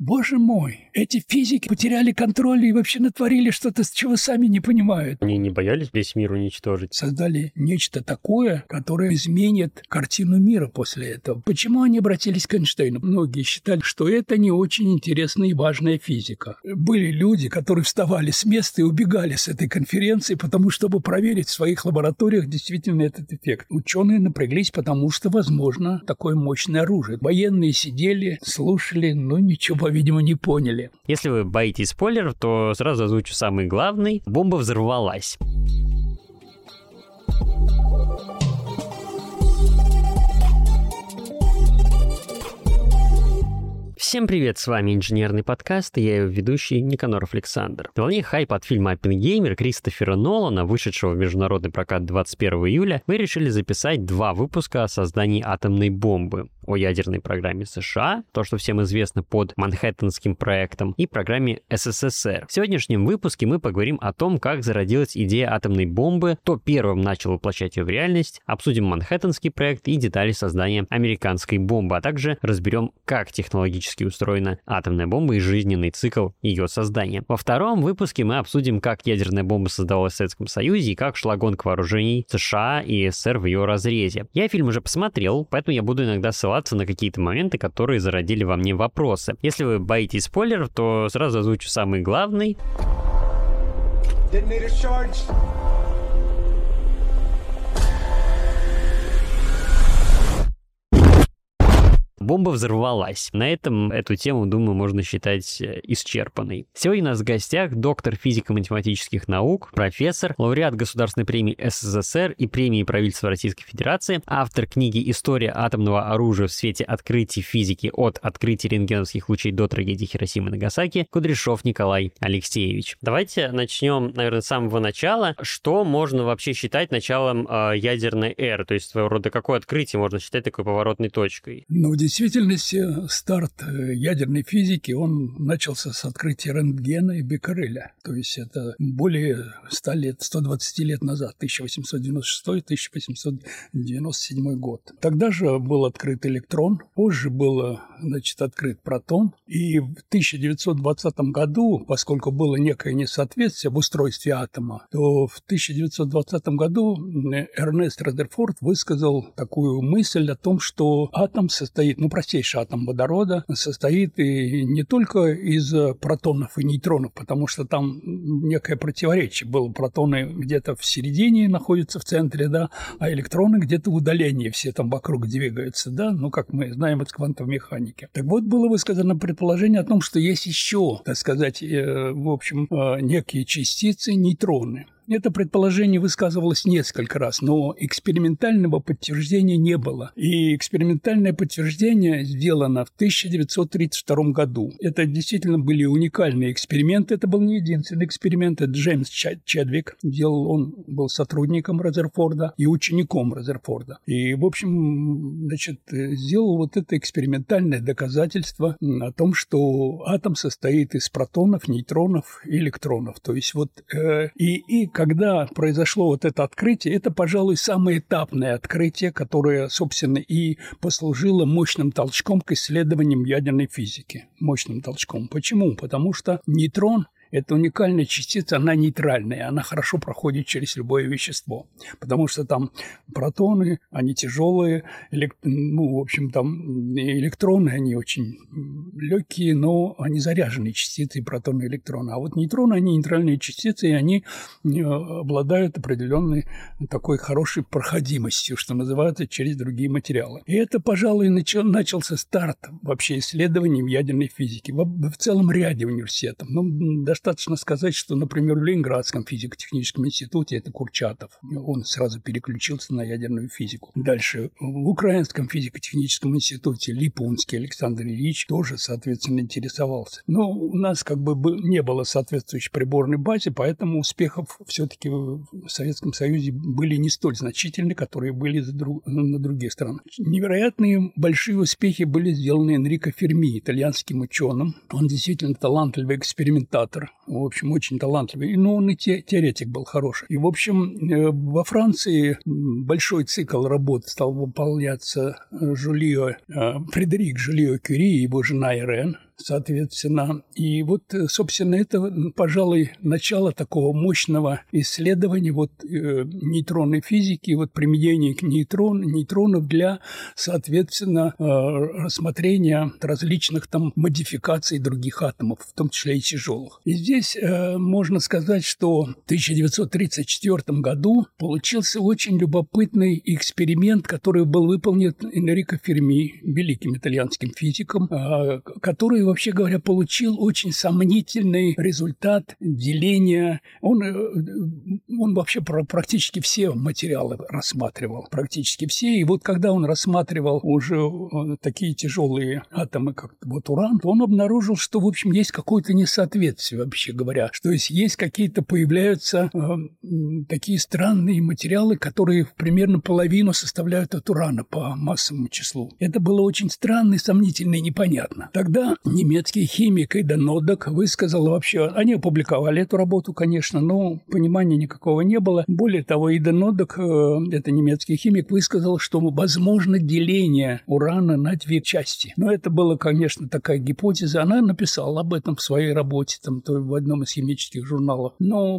боже мой, эти физики потеряли контроль и вообще натворили что-то, чего сами не понимают. Они не боялись весь мир уничтожить? Создали нечто такое, которое изменит картину мира после этого. Почему они обратились к Эйнштейну? Многие считали, что это не очень интересная и важная физика. Были люди, которые вставали с места и убегали с этой конференции, потому чтобы проверить в своих лабораториях действительно этот эффект. Ученые напряглись, потому что, возможно, такое мощное оружие. Военные сидели, слушали, но ничего, видимо, не поняли. Если вы боитесь спойлеров, то сразу озвучу самый главный. Бомба взорвалась. Всем привет, с вами инженерный подкаст, и я его ведущий Никаноров Александр. На волне хайпа от фильма «Оппенгеймер» Кристофера Нолана, вышедшего в международный прокат 21 июля, мы решили записать 2 выпуска о создании атомной бомбы. О ядерной программе США, то, что всем известно под Манхэттенским проектом, и программе СССР. В сегодняшнем выпуске мы поговорим о том, как зародилась идея атомной бомбы, кто первым начал воплощать ее в реальность, обсудим Манхэттенский проект и детали создания американской бомбы, а также разберем, как технологически устроена атомная бомба и жизненный цикл ее создания. Во втором выпуске мы обсудим, как ядерная бомба создавалась в Советском Союзе и как шла гонка вооружений США и СССР в ее разрезе. Я фильм уже посмотрел, поэтому я буду иногда ссылаться на какие-то моменты, которые зародили во мне вопросы. Если вы боитесь спойлеров, то сразу озвучу самый главный. Бомба взорвалась. На этом эту тему, думаю, можно считать исчерпанной. Сегодня у нас в гостях доктор физико-математических наук, профессор, лауреат Государственной премии СССР и премии правительства Российской Федерации, автор книги «История атомного оружия в свете открытий физики от открытия рентгеновских лучей до трагедии Хиросимы и Нагасаки» Кудряшов Николай Алексеевич. Давайте начнем, наверное, с самого начала. Что можно вообще считать началом ядерной эры? То есть, своего рода, какое открытие можно считать такой поворотной точкой? В действительности старт ядерной физики, он начался с открытия рентгена и Беккереля. То есть это более 100 лет, 120 лет назад, 1896-1897 год. Тогда же был открыт электрон, позже был, открыт протон. И в 1920 году, поскольку было некое несоответствие в устройстве атома, то в 1920 году Эрнест Резерфорд высказал такую мысль о том, что атом состоит, простейший атом водорода состоит и не только из протонов и нейтронов, потому что там некое противоречие было. Протоны где-то в середине находятся в центре, да, а электроны где-то в удалении, все там вокруг двигаются, да, как мы знаем из квантовой механики. Так вот, было высказано предположение о том, что есть еще, некие частицы, нейтроны. Это предположение высказывалось несколько раз, но экспериментального подтверждения не было. И экспериментальное подтверждение сделано в 1932 году. Это действительно были уникальные эксперименты. Это был не единственный эксперимент. Это Джеймс Чедвик делал, он был сотрудником Резерфорда и учеником Резерфорда. И, в общем, сделал вот это экспериментальное доказательство о том, что атом состоит из протонов, нейтронов и электронов. То есть когда произошло вот это открытие, это, пожалуй, самое этапное открытие, которое, собственно, и послужило мощным толчком к исследованиям ядерной физики. Мощным толчком. Почему? Потому что нейтрон – это уникальная частица, она нейтральная, она хорошо проходит через любое вещество, потому что там протоны, они тяжелые, электроны, они очень легкие, но они заряженные частицы, протоны и электроны. А вот нейтроны, они нейтральные частицы, и они обладают определенной такой хорошей проходимостью, что называется, через другие материалы. И это, пожалуй, начался старт вообще исследований в ядерной физике в целом ряде университетов. Достаточно сказать, что, например, в Ленинградском физико-техническом институте это Курчатов. Он сразу переключился на ядерную физику. Дальше в Украинском физико-техническом институте Липунский Александр Ильич тоже, соответственно, интересовался. Но у нас не было соответствующей приборной базы, поэтому успехов все-таки в Советском Союзе были не столь значительны, которые были на других странах. Невероятные большие успехи были сделаны Энрико Ферми, итальянским ученым. Он действительно талантливый экспериментатор. В общем, очень талантливый. Но он и теоретик был хороший. И, в общем, во Франции большой цикл работ стал выполняться Фредерик Жюлио Кюри и его жена Ирен. соответственно. И вот, собственно, это, пожалуй, начало такого мощного исследования нейтронной физики, применения нейтронов для, соответственно, рассмотрения различных там модификаций других атомов, в том числе и тяжелых. И здесь можно сказать, что в 1934 году получился очень любопытный эксперимент, который был выполнен Энрико Ферми, великим итальянским физиком, который, вообще говоря, получил очень сомнительный результат деления. Он вообще практически все материалы рассматривал, практически все. И вот когда он рассматривал уже такие тяжелые атомы, как уран, то он обнаружил, что, в общем, есть какое-то несоответствие, вообще говоря. Что есть какие-то, появляются такие странные материалы, которые примерно половину составляют от урана по массовому числу. Это было очень странно, сомнительно и непонятно. Тогда немецкий химик Ида Ноддок высказал вообще... Они опубликовали эту работу, конечно, но понимания никакого не было. Более того, Ида Ноддок, это немецкий химик, высказал, что возможно деление урана на две части. Но это была, конечно, такая гипотеза. Она написала об этом в своей работе, в одном из химических журналов. Но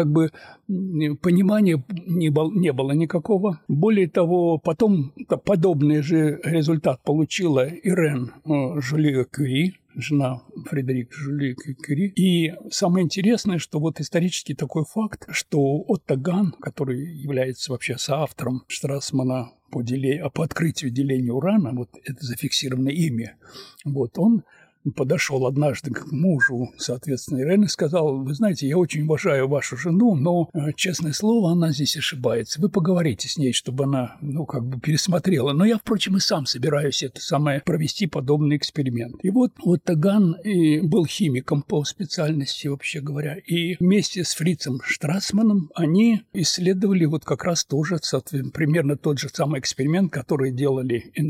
понимания не было никакого. Более того, потом подобный же результат получила Ирен Жюли-Кюри, жена Фредерика Жюли-Кюри. И самое интересное, что исторический такой факт, что Отто Гahn, который является вообще соавтором Страссмана по открытию деления урана, это зафиксированное имя, он подошел однажды к мужу, соответственно, Ирен, и сказал: вы знаете, я очень уважаю вашу жену, но, честное слово, она здесь ошибается. Вы поговорите с ней, чтобы она, пересмотрела. Но я, впрочем, и сам собираюсь провести подобный эксперимент. И Отто Гahn был химиком по специальности, вообще говоря, и вместе с Фрицем Страссманом они исследовали как раз тоже, примерно тот же самый эксперимент, который делал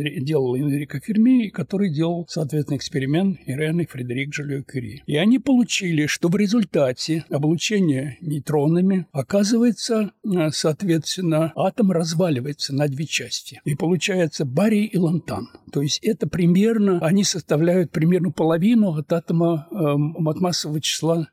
Энрико Ферми, и который делал, соответственно, эксперимент Ирен и Фредерик Жюли-Кюри. И они получили, что в результате облучения нейтронами, оказывается, соответственно, атом разваливается на две части. И получается барий и лантан. То есть это примерно, они составляют примерно половину от атома, от массового числа,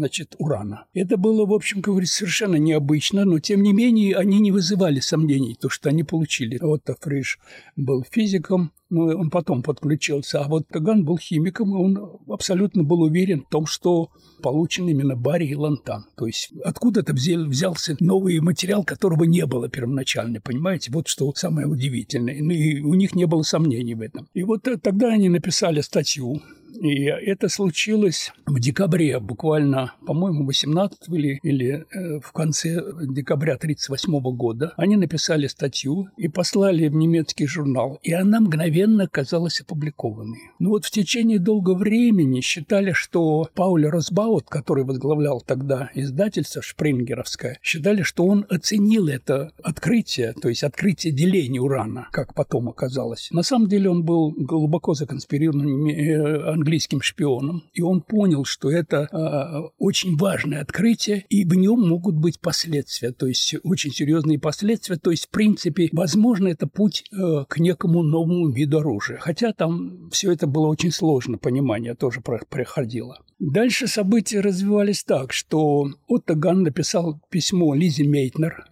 урана. Это было, в общем, совершенно необычно, но, тем не менее, они не вызывали сомнений, то, что они получили. Отто Фриш был физиком, но он потом подключился, а Гahn был химиком, и он абсолютно был уверен в том, что получен именно барий и лантан. То есть откуда-то взялся новый материал, которого не было первоначально, понимаете? Вот что самое удивительное. И у них не было сомнений в этом. И тогда они написали статью. И это случилось в декабре, буквально, по-моему, 18 или в конце декабря 1938 года. Они написали статью и послали в немецкий журнал. И она мгновенно оказалась опубликованной. Но в течение долгого времени считали, что Пауль Росбаут, который возглавлял тогда издательство шпрингеровское, считали, что он оценил это открытие, то есть открытие деления урана, как потом оказалось. На самом деле он был глубоко законспирирован английским шпионом, и он понял, что это очень важное открытие, и в нем могут быть последствия, то есть очень серьезные последствия, то есть, в принципе, возможно, это путь к некому новому виду оружия. Хотя там все это было очень сложно, понимание тоже проходило. Дальше события развивались так, что Отто Гahn написал письмо Лизе Мейтнер.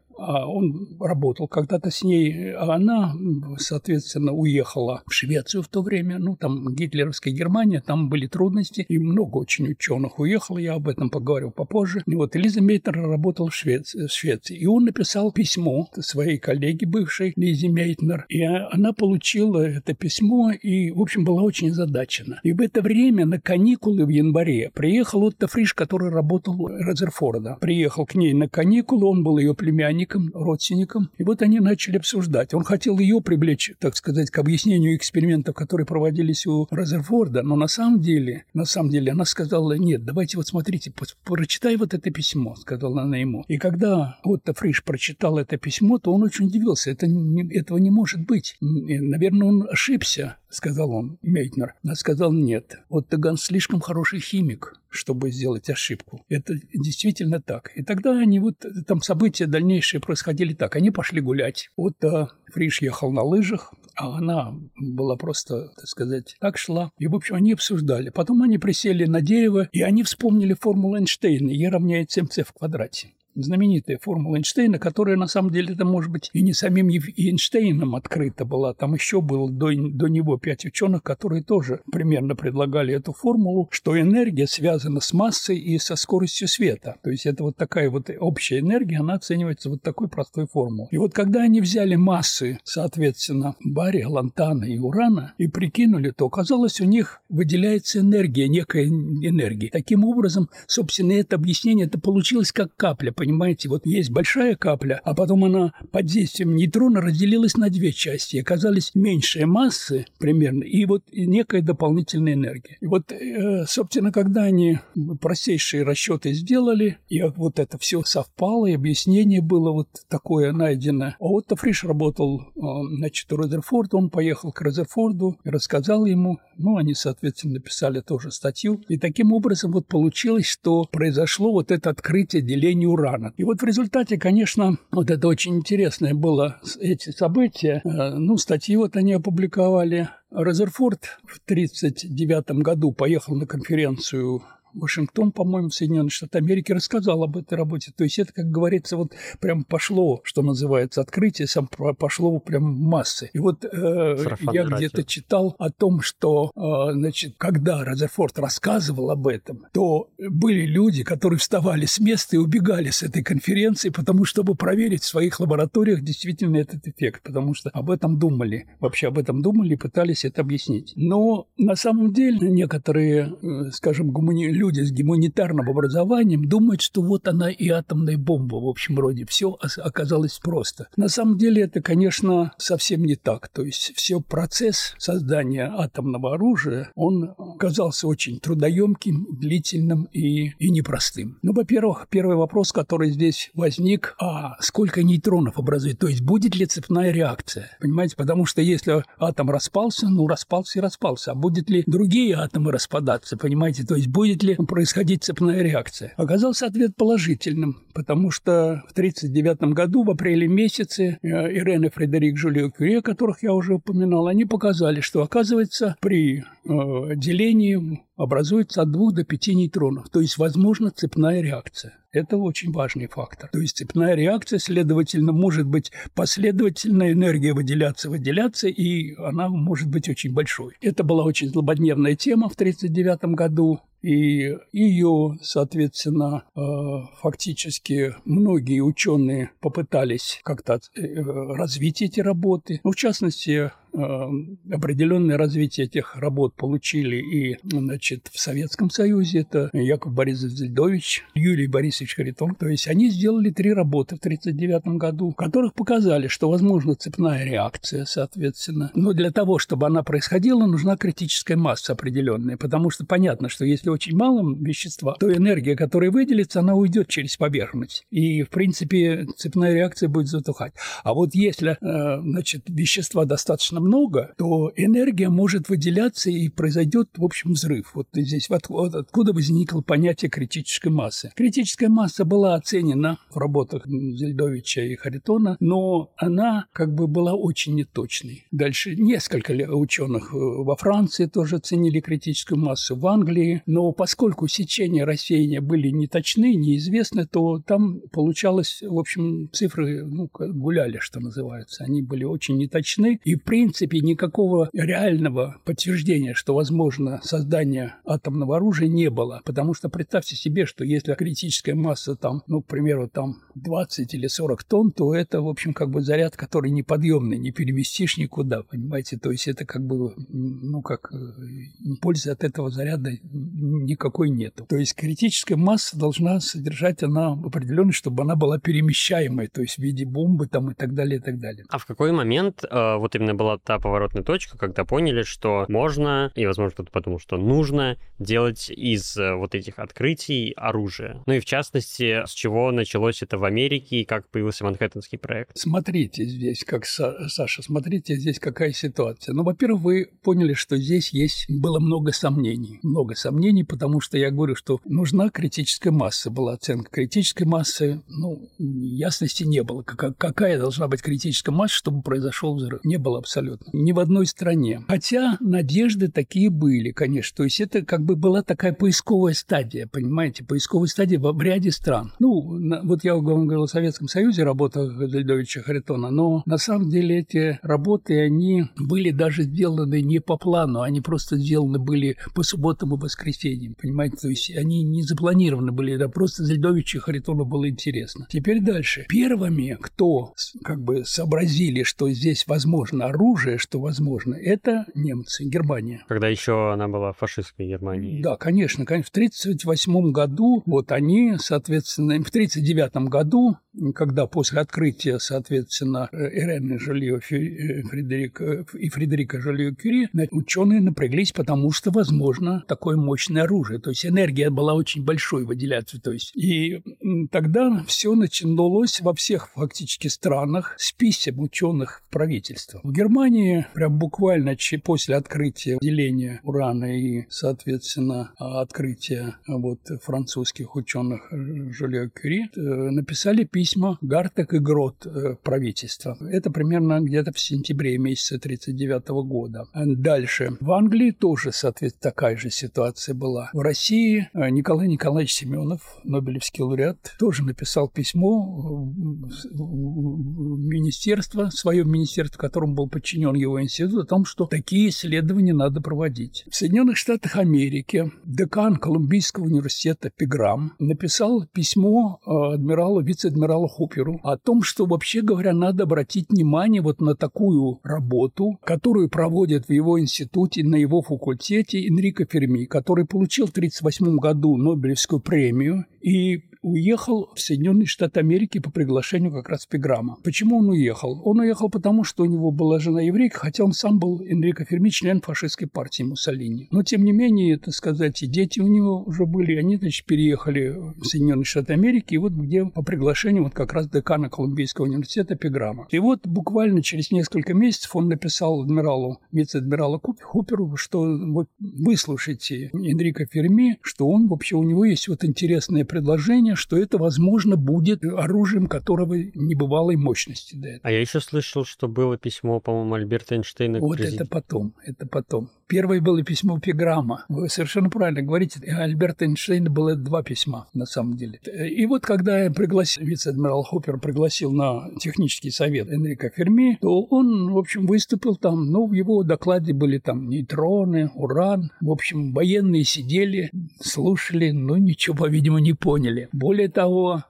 Он работал когда-то с ней, а она, соответственно, уехала в Швецию в то время. Там гитлеровская Германия, там были трудности, и много очень ученых уехало, я об этом поговорю попозже. И Лиза Мейтнер работала в Швеции, и он написал письмо своей коллеге бывшей Лизе Мейтнер, и она получила это письмо и, в общем, была очень озадачена. И в это время на каникулы в январе приехал Отто Фриш, который работал у Резерфорда. Приехал к ней на каникулы, он был ее племянником, родственником. И они начали обсуждать. Он хотел ее привлечь, так сказать, к объяснению экспериментов, которые проводились у Резерфорда, но на самом деле она сказала: нет, давайте смотрите, прочитай это письмо, сказала она ему. И когда Отто Фриш прочитал это письмо, то он очень удивился. Этого не может быть. Наверное, он ошибся, сказал он, Мейтнер. Она сказала: нет, Отто Гahn слишком хороший химик, чтобы сделать ошибку. Это действительно так. И тогда они там события дальнейшие происходили так. Они пошли гулять. Отто Фриш ехал на лыжах, а она была просто, так сказать, так шла. И, в общем, они обсуждали. Потом они присели на дерево, и они вспомнили формулу Эйнштейна «E равняется mc в квадрате». Знаменитая формула Эйнштейна, которая, на самом деле, это, может быть, и не самим Эйнштейном открыта была. Там еще было до него 5 ученых, которые тоже примерно предлагали эту формулу, что энергия связана с массой и со скоростью света. То есть это вот такая вот общая энергия, она оценивается вот такой простой формулой. И вот когда они взяли массы, соответственно, бария, лантана и урана и прикинули, то оказалось, у них выделяется энергия, некая энергия. Таким образом, собственно, это объяснение это получилось как капля. Понимаете, вот есть большая капля, а потом она под действием нейтрона разделилась на 2 части. Оказались меньшие массы примерно, и вот некая дополнительная энергия. И вот, собственно, когда они простейшие расчеты сделали, и вот это все совпало, и объяснение было вот такое найдено. А Отто Фриш работал, значит, у Резерфорда, он поехал к Резерфорду и рассказал ему, они, соответственно, написали тоже статью, и таким образом вот получилось, что произошло вот это открытие деления урана. И вот в результате, конечно, вот это очень интересное было, эти события. Статьи вот они опубликовали. Резерфорд в 1939 году поехал на конференцию Вашингтон, по-моему, в Соединенные Штаты Америки, рассказал об этой работе. То есть это, как говорится, вот прям пошло, что называется, открытие, сам пошло прям массы. И вот я где-то читал о том, что, значит, когда Резерфорд рассказывал об этом, то были люди, которые вставали с места и убегали с этой конференции, потому чтобы проверить в своих лабораториях действительно этот эффект, потому что об этом думали, вообще об этом думали и пытались это объяснить. Но на самом деле некоторые, скажем, люди с гуманитарным образованием думают, что вот она и атомная бомба, в общем роде. Все оказалось просто. На самом деле это, конечно, совсем не так. То есть все процесс создания атомного оружия, он оказался очень трудоемким, длительным и непростым. Во-первых, первый вопрос, который здесь возник, сколько нейтронов образует? То есть будет ли цепная реакция? Понимаете? Потому что если атом распался, распался и распался. А будет ли другие атомы распадаться? Понимаете? То есть будет ли происходить цепная реакция? Оказался ответ положительным, потому что в 1939 году, в апреле месяце, Ирен и Фредерик Жюлье Кюри, о которых я уже упоминал, они показали, что, оказывается, при делении образуется от 2 до 5 нейтронов, то есть возможна цепная реакция. Это очень важный фактор. То есть цепная реакция, следовательно, может быть последовательная, энергия выделяться, и она может быть очень большой. Это была очень злободневная тема в 1939 году. И ее, соответственно, фактически многие ученые попытались как-то развить эти работы. В частности, определенное развитие этих работ получили и, в Советском Союзе. Это Яков Борисович Зельдович, Юрий Борисович Харитон. То есть они сделали 3 работы в 1939 году, в которых показали, что возможна цепная реакция, соответственно. Но для того, чтобы она происходила, нужна критическая масса определенная, потому что понятно, что если очень мало вещества, то энергия, которая выделится, она уйдет через поверхность. И, в принципе, цепная реакция будет затухать. А вот если, вещества достаточно много, то энергия может выделяться и произойдет, в общем, взрыв. Вот здесь откуда возникло понятие критической массы. Критическая масса была оценена в работах Зельдовича и Харитона, но она была очень неточной. Дальше несколько ученых во Франции тоже оценили критическую массу, в Англии, но поскольку сечения рассеяния были неточны, неизвестны, то там получалось, в общем, цифры гуляли, что называется. Они были очень неточны, и, в принципе, никакого реального подтверждения, что возможно создание атомного оружия, не было. Потому что представьте себе, что если критическая масса к примеру, 20 или 40 тонн, то это, в общем, заряд, который неподъемный, не переместишь никуда, понимаете? То есть это пользы от этого заряда никакой нету. То есть критическая масса должна содержать она определенную, чтобы она была перемещаемой, то есть в виде бомбы и так далее, и так далее. А в какой момент вот именно была та поворотная точка, когда поняли, что можно, и, возможно, кто-то подумал, что нужно делать из вот этих открытий оружие? И, в частности, с чего началось это в Америке и как появился Манхэттенский проект? Смотрите здесь, Саша, здесь какая ситуация. Во-первых, вы поняли, что здесь было много сомнений. Много сомнений, потому что я говорю, что нужна критическая масса. Была оценка критической массы. Ясности не было. Какая должна быть критическая масса, чтобы произошел взрыв? Не было абсолютно. абсолютно. Ни в одной стране. Хотя надежды такие были, конечно. То есть это как бы была такая поисковая стадия, понимаете, поисковая стадия в ряде стран. Вот я вам говорил о Советском Союзе, работах Зельдовича Харитона, но на самом деле эти работы, они были даже сделаны не по плану, они просто сделаны были по субботам и воскресеньям, понимаете, то есть они не запланированы были, это просто Зельдовичу Харитону было интересно. Теперь дальше. Первыми, кто как бы сообразили, что здесь возможно оружие, что возможно, это немцы, Германия. Когда еще она была фашистской Германией. Да, конечно. В 1938 году, вот они, соответственно, в 1939 году, когда после открытия, соответственно, Ирены Жолье и Фредерика Жолье-Кюри, ученые напряглись, потому что возможно такое мощное оружие. То есть энергия была очень большой выделяться. То есть. И тогда все началось во всех фактически странах с писем ученых в правительство. В Германии прям буквально после открытия деления урана и, соответственно, открытия французских ученых Жолье-Кюри написали письма Гартек и Грот правительства. Это примерно где-то в сентябре месяца 1939 года. Дальше. В Англии тоже, соответственно, такая же ситуация была. В России Николай Николаевич Семенов, Нобелевский лауреат, тоже написал письмо в министерство, свое министерство, которому был подчинен его институт, о том, что такие исследования надо проводить. В Соединенных Штатах Америки декан Колумбийского университета Пеграм написал письмо вице-адмиралу Хуперу о том, что, вообще говоря, надо обратить внимание вот на такую работу, которую проводят в его институте, на его факультете Энрико Ферми, который получил в 1938 году Нобелевскую премию и уехал в Соединенные Штаты Америки по приглашению как раз Пеграма. Почему он уехал? Он уехал потому, что у него была жена еврейка, хотя он сам был, Энрико Ферми, член фашистской партии Муссолини. Но, тем не менее, так сказать, и дети у него уже были, они, значит, переехали в Соединенные Штаты Америки, и вот где по приглашению вот как раз декана Колумбийского университета Пеграма. И вот буквально через несколько месяцев он написал вице-адмиралу Хуперу, что вот выслушайте Энрико Ферми, что он вообще, у него есть вот интересное предложение, что это, возможно, будет оружием, которого небывалой мощности до этого. А я еще слышал, что было письмо, по-моему, Альберта Эйнштейна к президенту. Это потом. Первое было письмо Пеграма. Вы совершенно правильно говорите. Альберта Эйнштейна было 2 письма, на самом деле. И вот когда вице-адмирал Хупер пригласил на технический совет Энрико Ферми, то он, в общем, выступил там. Ну, в его докладе были там нейтроны, уран. В общем, военные сидели, слушали, но ничего, по-видимому, не поняли. Более того,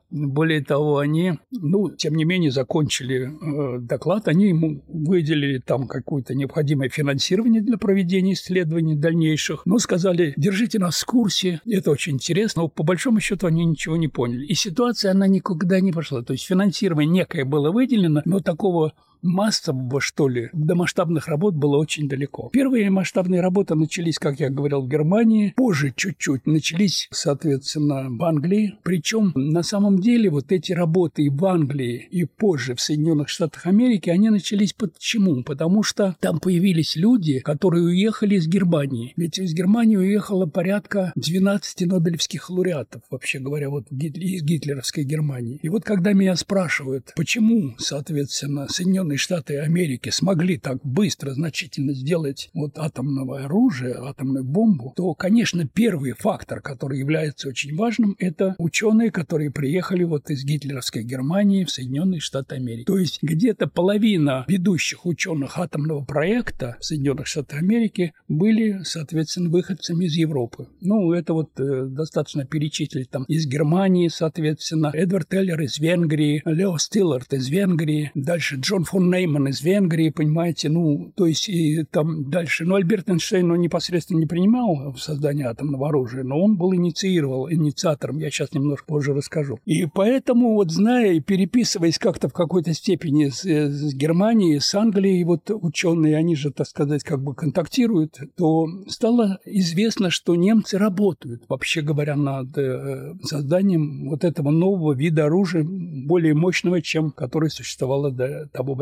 они, тем не менее, закончили доклад. Они ему выделили там какое-то необходимое финансирование для проведения исследований дальнейших. Но сказали, держите нас в курсе, это очень интересно. Но по большому счету они ничего не поняли. И ситуация, она никуда не пошла. То есть финансирование некое было выделено, но такого массового, что ли, до масштабных работ было очень далеко. Первые масштабные работы начались, как я говорил, в Германии. Позже чуть-чуть начались, соответственно, в Англии. Причем, на самом деле, вот эти работы и в Англии, и позже в Соединенных Штатах Америки, они начались почему? Потому что там появились люди, которые уехали из Германии. Ведь из Германии уехало порядка 12 нобелевских лауреатов, вообще говоря, вот из гитлеровской Германии. И вот когда меня спрашивают, почему, соответственно, Соединенные Штаты Америки смогли так быстро, значительно сделать вот атомное оружие, атомную бомбу, то, конечно, первый фактор, который является очень важным, это ученые, которые приехали вот из гитлеровской Германии в Соединенные Штаты Америки. То есть где-то половина ведущих ученых атомного проекта в Соединенных Штатах Америки были, соответственно, выходцами из Европы. Это вот достаточно перечислить там из Германии, соответственно, Эдвард Теллер из Венгрии, Лео Стиллард из Венгрии, дальше Джон фон Нейман из Венгрии, понимаете, то есть и там дальше. Альберт Эйнштейн, непосредственно не принимал в создании атомного оружия, но он был инициатором, я сейчас немножко позже расскажу. И поэтому, вот зная и переписываясь как-то в какой-то степени с Германией, с Англией, вот ученые, они же, так сказать, как бы контактируют, то стало известно, что немцы работают, вообще говоря, над созданием вот этого нового вида оружия, более мощного, чем которое существовало до того времени.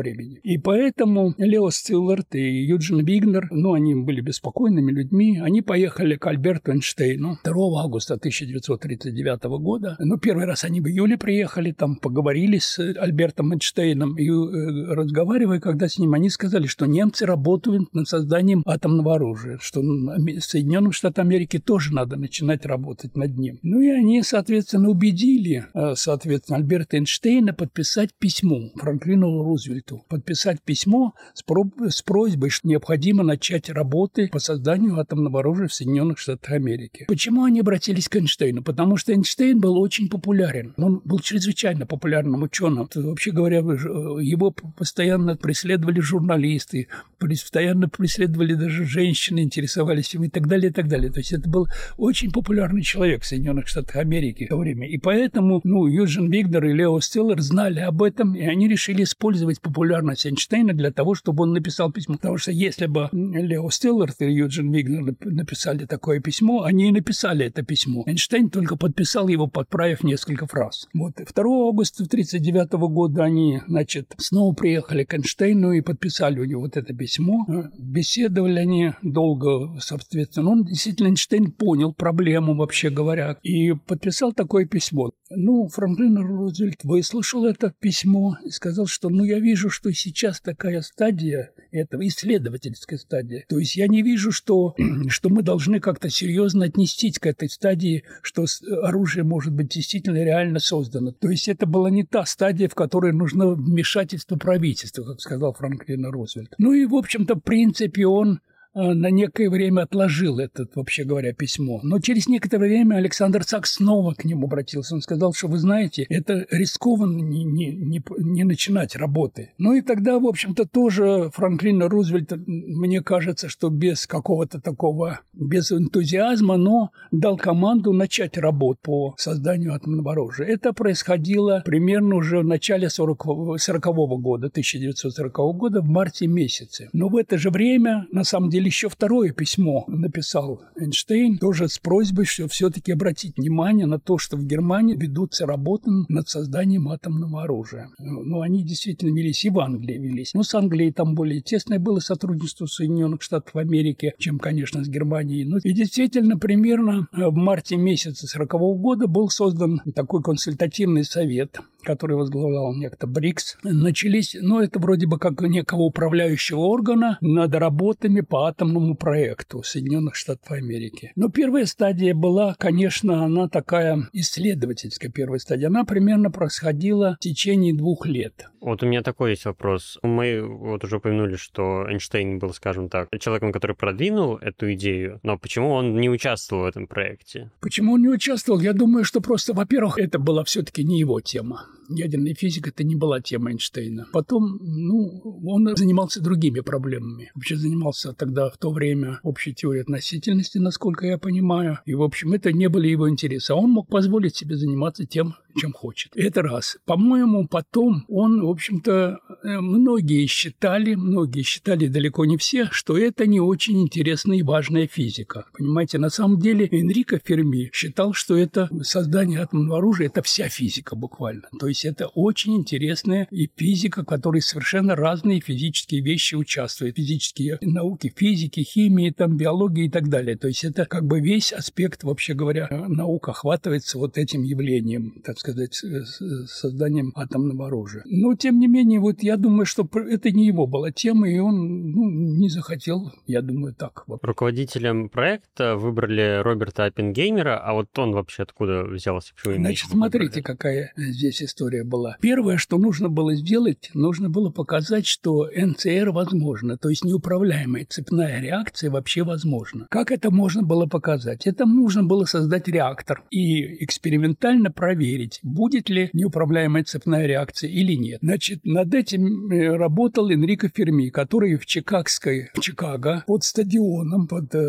времени. И поэтому Лео Szilard и Юджин Вигнер, они были беспокойными людьми, они поехали к Альберту Эйнштейну 2 августа 1939 года. Первый раз они в июле приехали, там поговорили с Альбертом Эйнштейном, и разговаривая, когда с ним, они сказали, что немцы работают над созданием атомного оружия, что Соединенным Штатам Америки тоже надо начинать работать над ним. И они, соответственно, убедили, Альберта Эйнштейна подписать письмо Франклину Рузвельту. Подписать письмо с просьбой, что необходимо начать работы по созданию атомного оружия в Соединенных Штатах Америки. Почему они обратились к Эйнштейну? Потому что Эйнштейн был очень популярен. Он был чрезвычайно популярным ученым. Вообще говоря, его постоянно преследовали журналисты, постоянно преследовали даже женщины, интересовались им и так далее, и так далее. То есть это был очень популярный человек в Соединенных Штатах Америки в то время. И поэтому Юджин Вигнер и Лео Szilard знали об этом, и они решили использовать популярность Эйнштейна для того, чтобы он написал письмо. Потому что если бы Лео Szilard и Юджин Вигнер написали такое письмо, они и написали это письмо. Эйнштейн только подписал его, подправив несколько фраз. 2 августа 1939 года они, снова приехали к Эйнштейну и подписали у него это письмо. Беседовали они долго, соответственно. Действительно, Эйнштейн понял проблему, вообще говоря, и подписал такое письмо. Франклин Рузвельт выслушал это письмо и сказал, что я вижу, что сейчас такая стадия, это исследовательская стадия. То есть я не вижу, что мы должны как-то серьезно отнестись к этой стадии, что оружие может быть действительно реально создано. То есть это была не та стадия, в которой нужно вмешательство правительства, как сказал Франклин Рузвельт. И, в общем-то, в принципе, он на некое время отложил это, вообще говоря, письмо. Но через некоторое время Александр Сакс снова к нему обратился. Он сказал, что, вы знаете, это рискованно не начинать работы. И тогда, в общем-то, тоже Франклин Рузвельт, мне кажется, что без какого-то такого, без энтузиазма, но дал команду начать работу по созданию атомного оружия. Это происходило примерно уже в начале 1940 года, 1940 года, в марте месяце. Но в это же время, на самом деле, еще второе письмо написал Эйнштейн, тоже с просьбой, что все-таки обратить внимание на то, что в Германии ведутся работы над созданием атомного оружия. Они действительно велись, и в Англии велись. С Англией там более тесное было сотрудничество Соединенных Штатов Америки, чем, конечно, с Германией. И действительно, примерно в марте месяце 1940 года был создан такой консультативный совет, который возглавлял некто Брикс. Начались, это вроде бы как некого управляющего органа над работами по атомному проекту Соединенных Штатов Америки. Но первая стадия была, конечно, она такая исследовательская первая стадия. Она примерно происходила в течение 2 лет. У меня такой есть вопрос. Мы уже упомянули, что Эйнштейн был, скажем так, человеком, который продвинул эту идею, но почему он не участвовал в этом проекте? Почему он не участвовал? Я думаю, что просто, во-первых, это была все-таки не его тема. Ядерная физика – это не была тема Эйнштейна. Потом, он занимался другими проблемами. Вообще занимался тогда, в то время, общей теорией относительности, насколько я понимаю. И, в общем, это не были его интересы. А он мог позволить себе заниматься тем, чем хочет. Это раз. По-моему, потом он, в общем-то, многие считали, далеко не все, что это не очень интересная и важная физика. Понимаете, на самом деле Энрико Ферми считал, что это создание атомного оружия – это вся физика буквально. То есть это очень интересная и физика, в которой совершенно разные физические вещи участвуют. Физические науки, физики, химии, биологии и так далее. То есть это как бы весь аспект, вообще говоря, наука охватывается этим явлением, так сказать, созданием атомного оружия. Но, тем не менее, я думаю, что это не его была тема, и он не захотел, я думаю, так. Руководителем проекта выбрали Роберта Оппенгеймера, а он вообще откуда взялся? Значит, смотрите, какая здесь история была. Первое, что нужно было сделать, нужно было показать, что НЦР возможно, то есть неуправляемая цепная реакция вообще возможна. Как это можно было показать? Это нужно было создать реактор и экспериментально проверить, будет ли неуправляемая цепная реакция или нет. Значит, над этим работал Энрико Ферми, который в Чикаго под стадионом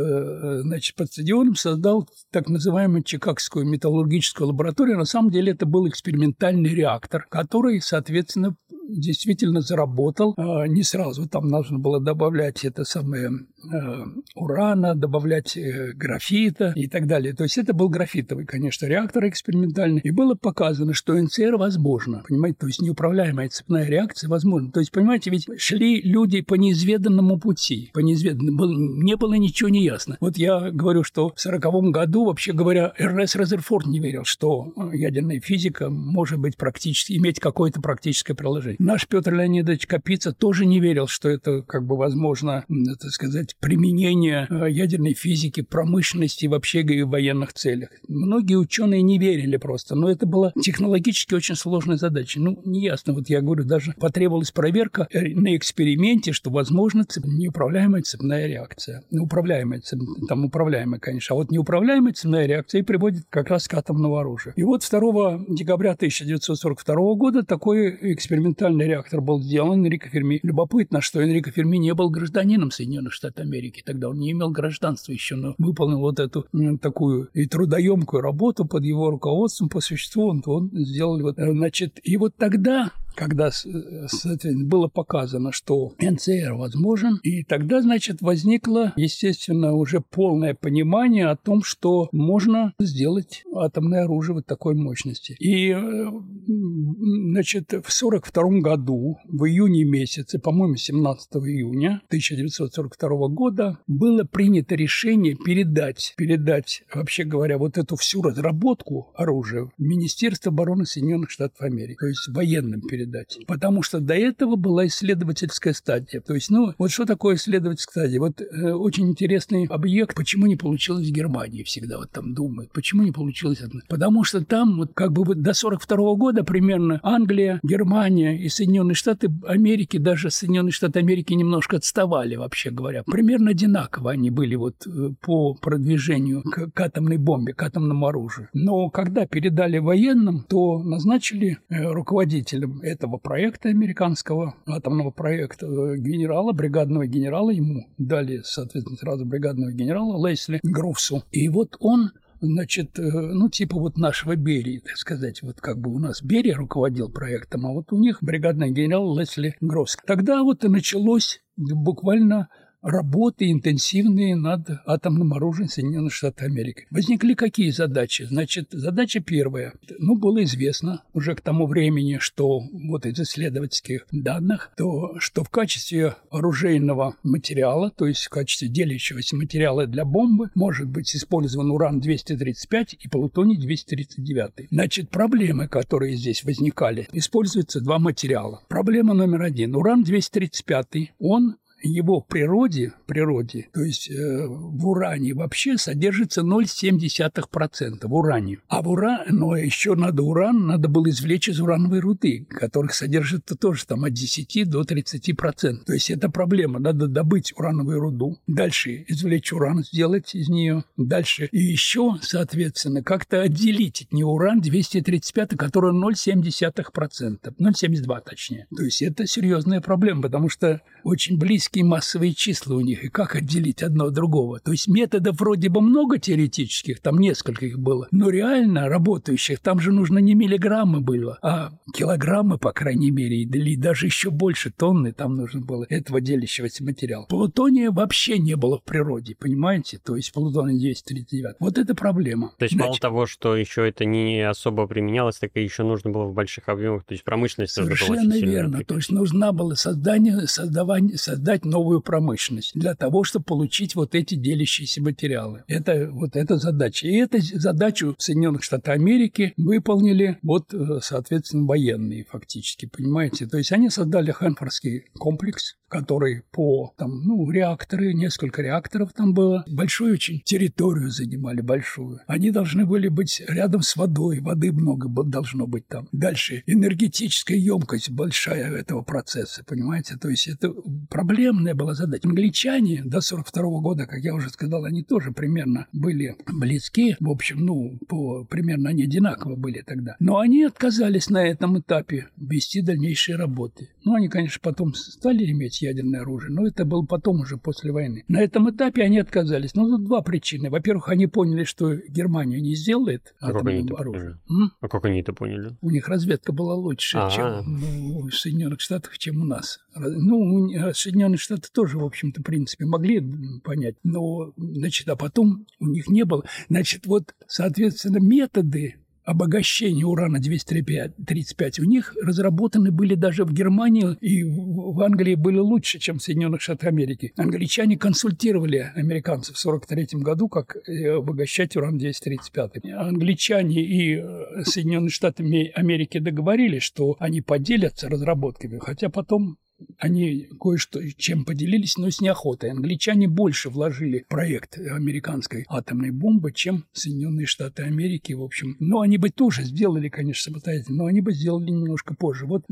создал так называемую Чикагскую металлургическую лабораторию. На самом деле это был экспериментальный реактор, который, соответственно, действительно заработал. Не сразу там нужно было добавлять это самое урана, добавлять графита и так далее. То есть это был графитовый, конечно, реактор экспериментальный. И было показано, что НЦР возможно. Понимаете, то есть неуправляемая цепная реакция возможна. То есть, понимаете, ведь шли люди по неизведанному пути. По неизведанному. Не было ничего не ясно. Вот я говорю, что в 1940 году, вообще говоря, Эрнест Резерфорд не верил, что ядерная физика может быть практически, иметь какое-то практическое приложение. Наш Петр Леонидович Капица тоже не верил, что это как бы возможно, так сказать, применение ядерной физики в промышленности и вообще и в военных целях. Многие ученые не верили просто, но это была технологически очень сложная задача. Ну, неясно, вот я говорю, даже потребовалась проверка на эксперименте, что возможно неуправляемая цепная реакция. Управляемая, конечно, а вот неуправляемая цепная реакция и приводит как раз к атомному оружию. И вот 2 декабря 1942 года такой экспериментальный реактор был сделан Энрико Ферми. Любопытно, что Энрико Ферми не был гражданином Соединенных Штатов Америки. Тогда он не имел гражданства еще, но выполнил вот эту такую и трудоемкую работу под его руководством по существу. Он сделал вот, значит, и вот тогда, когда было показано, что НЦР возможен, и тогда, значит, возникло, естественно, уже полное понимание о том, что можно сделать атомное оружие вот такой мощности. И, значит, в 1942 году, в июне месяце, по-моему, 17 июня 1942 года, было принято решение передать, вообще говоря, вот эту всю разработку оружия в Министерство обороны Соединенных Штатов Америки, то есть военным передать. Потому что до этого была исследовательская стадия. То есть, вот что такое исследовательская стадия? Вот очень интересный объект, почему не получилось в Германии, всегда вот там думают, почему не получилось. Потому что там вот как бы до 1942 года примерно Англия, Германия и Соединенные Штаты Америки, даже Соединенные Штаты Америки немножко отставали, вообще говоря. Примерно одинаково они были вот по продвижению к атомной бомбе, к атомному оружию. Но когда передали военным, то назначили руководителем этого проекта американского, атомного проекта, бригадного генерала, ему дали, соответственно, сразу бригадного генерала Лесли Грувсу. И вот он, значит, типа вот нашего Берии, так сказать, вот как бы у нас Берия руководил проектом, а вот у них бригадный генерал Лесли Грувс. Тогда вот и началось буквально работы интенсивные над атомным оружием Соединенных Штатов Америки. Возникли какие задачи? Значит, задача первая. Было известно уже к тому времени, что вот из исследовательских данных, то что в качестве оружейного материала, то есть в качестве делящегося материала для бомбы, может быть использован уран-235 и плутоний-239. Значит, проблемы, которые здесь возникали, используются 2 материала. Проблема номер 1. Уран-235, его в природе, то есть в уране вообще содержится 0,7% в уране. А но еще надо было извлечь из урановой руды, которых содержится тоже там от 10 до 30%. То есть это проблема. Надо добыть урановую руду, дальше извлечь уран, сделать из нее, дальше и еще, соответственно, как-то отделить от него уран-235, который 0,7%, 0,72 точнее. То есть это серьезная проблема, потому что очень близкие массовые числа у них, и как отделить одно от другого. То есть методов вроде бы много теоретических, там несколько их было, но реально работающих там же нужно не миллиграммы было, а килограммы, по крайней мере, или даже еще больше тонны там нужно было этого делящегося материала. Плутония вообще не было в природе, понимаете? То есть плутоний-239. Вот это проблема. То есть мало того, что еще это не особо применялось, так и еще нужно было в больших объемах, то есть промышленность нужно было совершенно верно. То есть нужно было создать новую промышленность для того, чтобы получить вот эти делящиеся материалы. Это задача. И эту задачу Соединенных Штатов Америки выполнили соответственно, военные фактически, понимаете? То есть они создали Хэнфордский комплекс, который реакторы, несколько реакторов там было, большую очень территорию занимали, большую. Они должны были быть рядом с водой, воды много должно быть там. Дальше энергетическая емкость большая этого процесса, понимаете? То есть это проблемная была задача. Англичане до 1942 года, как я уже сказал, они тоже примерно были близки, в общем, примерно они одинаково были тогда. Но они отказались на этом этапе вести дальнейшие работы. Они, конечно, потом стали иметь применять ядерное оружие. Но это было потом уже после войны. На этом этапе они отказались. Ну, тут два причины. Во-первых, они поняли, что Германия не сделает атомное оружие. А как они это поняли? У них разведка была лучше, чем у Соединенных Штатов, чем у нас. Ну, Соединенные Штаты тоже, в общем-то, в принципе, могли понять. Но, значит, а потом у них не было. Значит, вот, соответственно, методы обогащения урана-235 у них разработаны были даже в Германии и в Англии были лучше, чем в Соединенных Штатах Америки. Англичане консультировали американцев в 1943 году, как обогащать уран-235. Англичане и Соединенные Штаты Америки договорились, что они поделятся разработками, хотя потом они кое-что чем поделились, но с неохотой. Англичане больше вложили в проект американской атомной бомбы, чем Соединенные Штаты Америки, в общем. Но они бы тоже сделали, конечно, самостоятельно, но они бы сделали немножко позже. Вот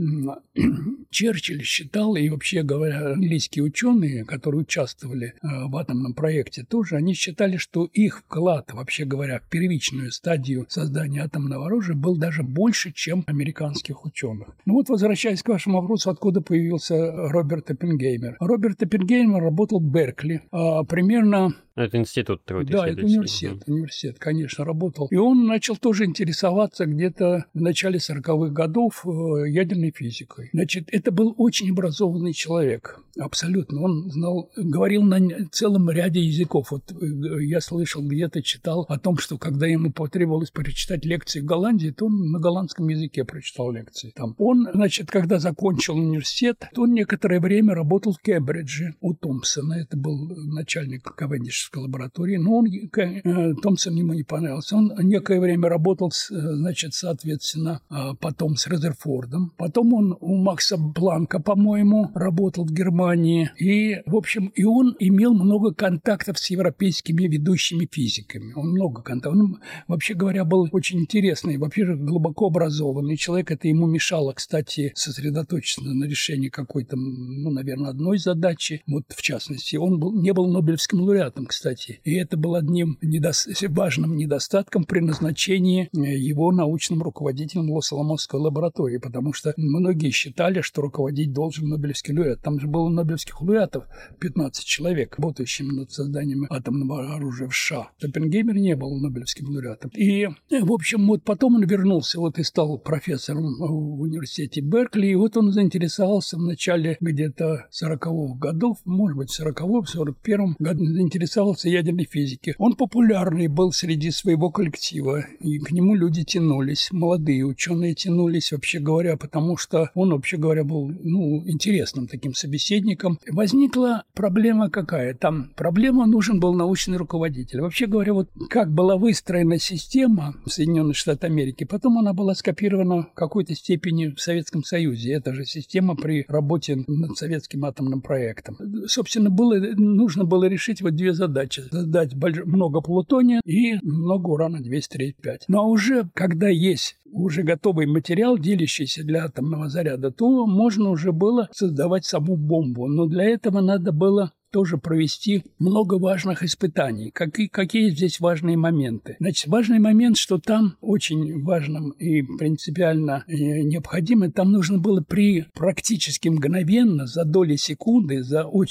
Черчилль считал, и вообще говоря, английские ученые, которые участвовали в атомном проекте тоже, они считали, что их вклад, вообще говоря, в первичную стадию создания атомного оружия был даже больше, чем американских ученых. Ну вот, возвращаясь к вашему вопросу, откуда появился Роберт Оппенгеймер. Роберт Оппенгеймер работал в Беркли. Примерно... Это институт такой. Да, это университет, конечно, работал. И он начал тоже интересоваться где-то в начале 40-х годов ядерной физикой. Значит, это был очень образованный человек. Абсолютно. Он знал, говорил на целом ряде языков. Вот я слышал, где-то читал о том, что когда ему потребовалось прочитать лекции в Голландии, то он на голландском языке прочитал лекции там. Он, значит, когда закончил университет, он некоторое время работал в Кембридже у Томпсона. Это был начальник Кавендишской лаборатории. Но Томпсон ему не понравился. Он некое время работал, значит, соответственно, потом с Резерфордом. Потом он у Макса Планка, по-моему, работал в Германии. И, в общем, и он имел много контактов с европейскими ведущими физиками. Он много контактов. Он, вообще говоря, был очень интересный, во-первых, глубоко образованный человек. Это ему мешало, кстати, сосредоточиться на решении какой-то, ну, наверное, одной задачи. Вот, в частности, он не был Нобелевским лауреатом, кстати. И это был одним важным недостатком при назначении его научным руководителем Лос-Аламосской лаборатории, потому что многие считали, что руководить должен Нобелевский лауреат. Там же было Нобелевских лауреатов 15 человек, работающих над созданием атомного оружия в США. Оппенгеймер не был Нобелевским лауреатом. И, в общем, вот потом он вернулся и стал профессором в университете Беркли, и вот он заинтересовался в начале где-то 40-х годов, может быть, в 40-м, в 41-м году заинтересовался ядерной физикой. Он популярный был среди своего коллектива, и к нему люди тянулись, молодые ученые тянулись, вообще говоря, потому что он, вообще говоря, был, интересным таким собеседником. Возникла проблема какая? Там проблема, нужен был научный руководитель. Вообще говоря, вот как была выстроена система в Соединенных Штатах Америки, потом она была скопирована в какой-то степени в Советском Союзе. Это же система при работе над советским атомным проектом. Собственно, нужно было решить вот две задачи. Создать много плутония и много урана-235. Ну а уже, когда есть уже готовый материал, делящийся для атомного заряда, то можно уже было создавать саму бомбу. Но для этого надо было тоже провести много важных испытаний. Какие здесь важные моменты? Значит, важный момент, что там очень важным и принципиально необходимо, там нужно было практически мгновенно, за доли секунды,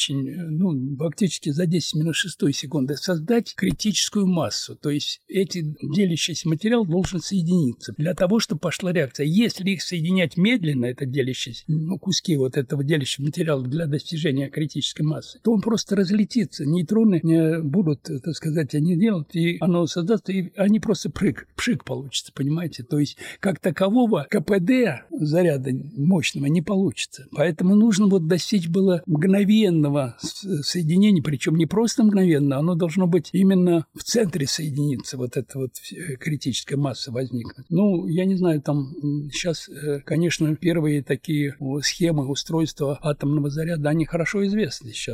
фактически за 10 минут 6 секунды создать критическую массу. То есть делящийся материал должен соединиться для того, чтобы пошла реакция. Если их соединять медленно, это делящиеся, куски вот этого делящего материала для достижения критической массы, то он просто разлетится. Нейтроны будут, так сказать, они делают, и оно создастся, и они просто пшик получится, понимаете? То есть, как такового КПД заряда мощного не получится. Поэтому нужно достичь было мгновенного соединения, причем не просто мгновенно, оно должно быть именно в центре соединиться, вот эта вот критическая масса возникнуть. Я не знаю, там сейчас, конечно, первые такие схемы устройства атомного заряда, они хорошо известны сейчас, да?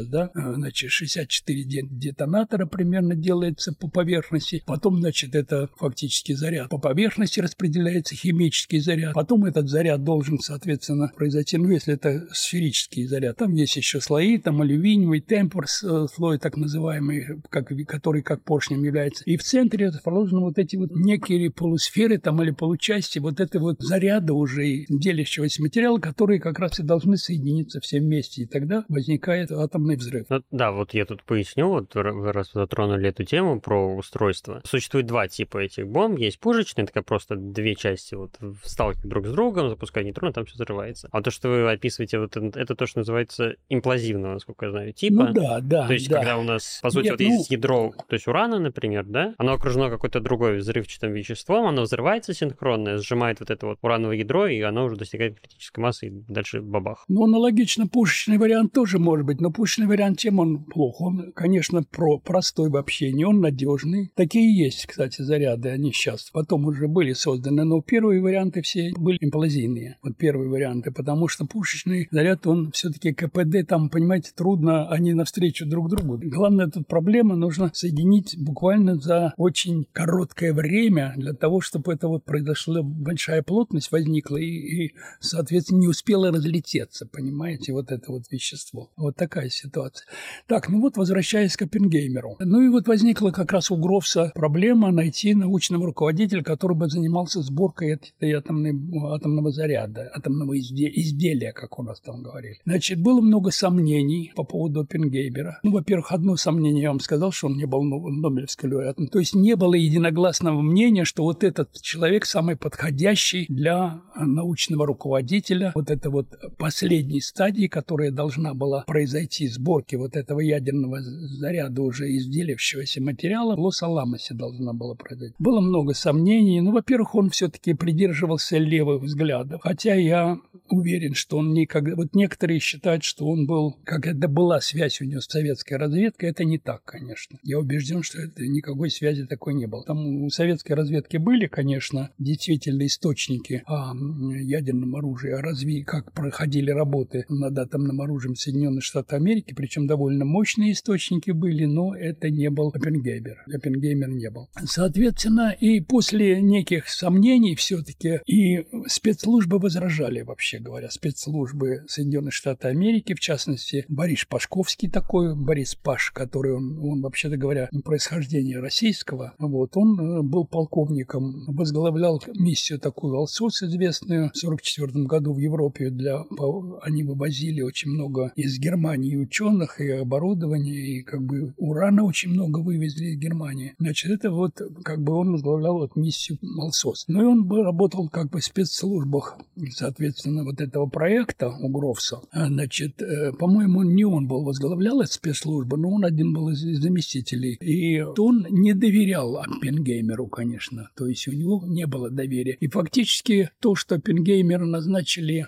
значит, 64 детонатора примерно делается по поверхности. Потом, значит, это фактически заряд по поверхности распределяется, химический заряд. Потом этот заряд должен, соответственно, произойти, ну, если это сферический заряд. Там есть еще слои, там алюминиевый, темпор, слой так называемый, который как поршнем является. И в центре расположены вот эти вот некие полусферы там или получасти вот это вот заряда уже делящегося материала, которые как раз и должны соединиться все вместе. И тогда возникает атомный взрыв. Ну, да, вот я тут поясню, вот вы раз затронули эту тему про устройство. Существует два типа этих бомб. Есть пушечные, такая просто две части вот сталкивают друг с другом, запускают нейтроны, там все взрывается. А то, что вы описываете, вот это то, что называется имплазивного, насколько я знаю, типа. Ну да, да. То есть, да. когда у нас, по сути, Нет, вот есть ядро, то есть урана, например, да, оно окружено какой-то другой взрывчатым веществом, оно взрывается синхронно, сжимает вот это вот урановое ядро, и оно уже достигает критической массы, и дальше бабах. Ну, аналогично пушечный вариант тоже может быть, но пушечный вариант, чем он плох? Он, конечно, простой в общении, он надежный. Такие есть, кстати, заряды, они сейчас потом уже были созданы, но первые варианты все были имплазийные. Вот первые варианты, потому что пушечный заряд, он все-таки КПД, там, понимаете, трудно, они навстречу друг другу. Главная тут проблема, нужно соединить буквально за очень короткое время для того, чтобы это вот произошла большая плотность возникла и соответственно, не успела разлететься, понимаете, вот это вот вещество. Вот такая ситуация. Так, ну вот, возвращаясь к Оппенгеймеру. Ну и вот возникла как раз у Грофса проблема найти научного руководителя, который бы занимался сборкой этой атомного заряда, атомного изделия, как у нас там говорили. Значит, было много сомнений по поводу Оппенгеймера. Ну, во-первых, одно сомнение я вам сказал, что он не был Нобелевским лауреатом. То есть не было единогласного мнения, что вот этот человек самый подходящий для научного руководителя вот это вот последней стадии, которая должна была произойти, сборки вот этого ядерного заряда уже из делившегося материала, в Лос-Аламосе должна была произойти. Было много сомнений. Ну, во-первых, он все-таки придерживался левых взглядов. Хотя я уверен, что он никогда... Вот некоторые считают, что он был... Как это была связь у него с советской разведкой, это не так, конечно. Я убежден, что это никакой связи такой не было. Там у советской разведки были, конечно, действительно источники о ядерном оружии, как проходили работы над атомным оружием Соединенных Штатов Америки, причем довольно мощные источники были, но это не был Оппенгеймер. Оппенгеймер не был. Соответственно, и после неких сомнений все-таки и спецслужбы возражали, вообще говоря, спецслужбы Соединенных Штатов Америки, в частности, Борис Пашковский такой, Борис Паш, который он вообще-то говоря, происхождения российского, вот, он был полковником, возглавлял миссию такую «Алсос» известную в 1944 году в Европе. Они вывозили очень много из Германии ученых и оборудования, и как бы урана очень много вывезли из Германии. Значит, это вот как бы он возглавлял вот миссию «Алсос». Ну и он работал как бы в спецслужбах, соответственно, вот этого проекта у Грофса. Значит, по-моему, не он возглавлял эту спецслужбу, но он один был из заместителей. И он не доверял Оппенгеймеру, конечно. То есть у него не было доверия. И фактически то, что Оппенгеймера назначили